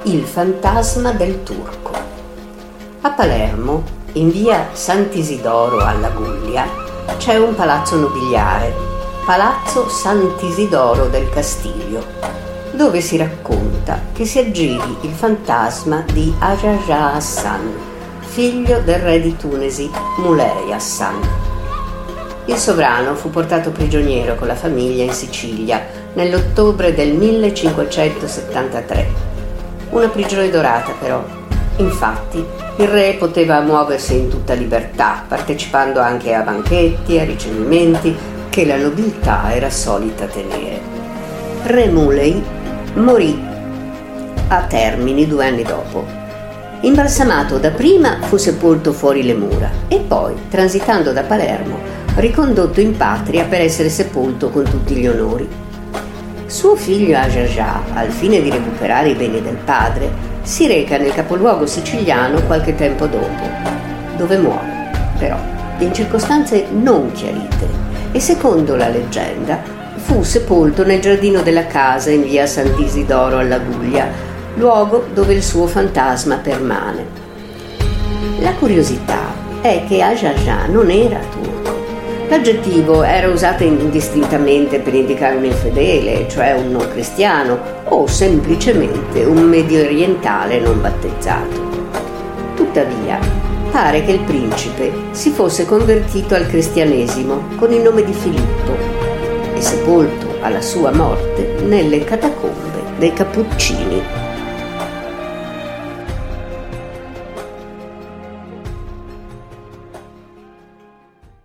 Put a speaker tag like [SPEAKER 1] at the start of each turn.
[SPEAKER 1] Il fantasma del turco. A Palermo, in via Sant'Isidoro alla Guglia, c'è un palazzo nobiliare, Palazzo Sant'Isidoro del Castiglio, dove si racconta che si aggiri il fantasma di Hagia Hassan, figlio del re di Tunisi, Moulay Hassan. Il sovrano fu portato prigioniero con la famiglia in Sicilia nell'ottobre del 1573. Una prigione dorata però. Infatti il re poteva muoversi in tutta libertà, partecipando anche a banchetti, a ricevimenti che la nobiltà era solita tenere. Re Moulay morì a Termini 2 anni dopo. Imbalsamato dapprima, fu sepolto fuori le mura e poi, transitando da Palermo, ricondotto in patria per essere sepolto con tutti gli onori. Suo figlio Hagia, al fine di recuperare i beni del padre, si reca nel capoluogo siciliano qualche tempo dopo, dove muore, però, in circostanze non chiarite, e secondo la leggenda fu sepolto nel giardino della casa in via Sant'Isidoro alla Guglia, luogo dove il suo fantasma permane. La curiosità è che Hagia non era turco. L'aggettivo era usato indistintamente per indicare un infedele, cioè un non cristiano, o semplicemente un medio orientale non battezzato. Tuttavia, pare che il principe si fosse convertito al cristianesimo con il nome di Filippo e sepolto alla sua morte nelle catacombe dei Cappuccini.